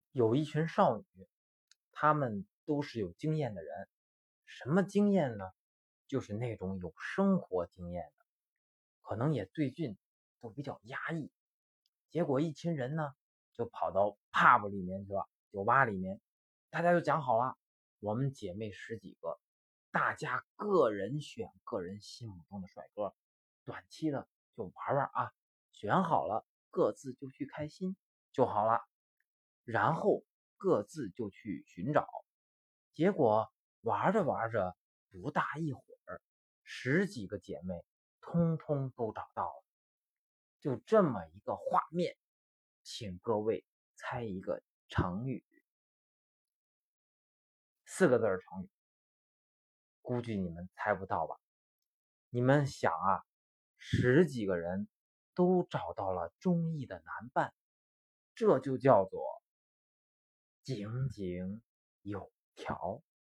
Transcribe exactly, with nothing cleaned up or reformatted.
有一群少女，她们都是有经验的人。什么经验呢？就是那种有生活经验的，可能也最近都比较压抑。结果一群人呢，就跑到 pub 里面去了，酒吧里面，大家就讲好了，我们姐妹十几个，大家个人选个人心目中的帅哥，短期的就玩玩啊，选好了各自就去开心就好了。然后各自就去寻找，结果玩着玩着，不大一会儿，十几个姐妹通通都找到了。就这么一个画面，请各位猜一个成语，四个字的成语，估计你们猜不到吧？你们想啊，十几个人都找到了中意的男伴，这就叫做井井有条。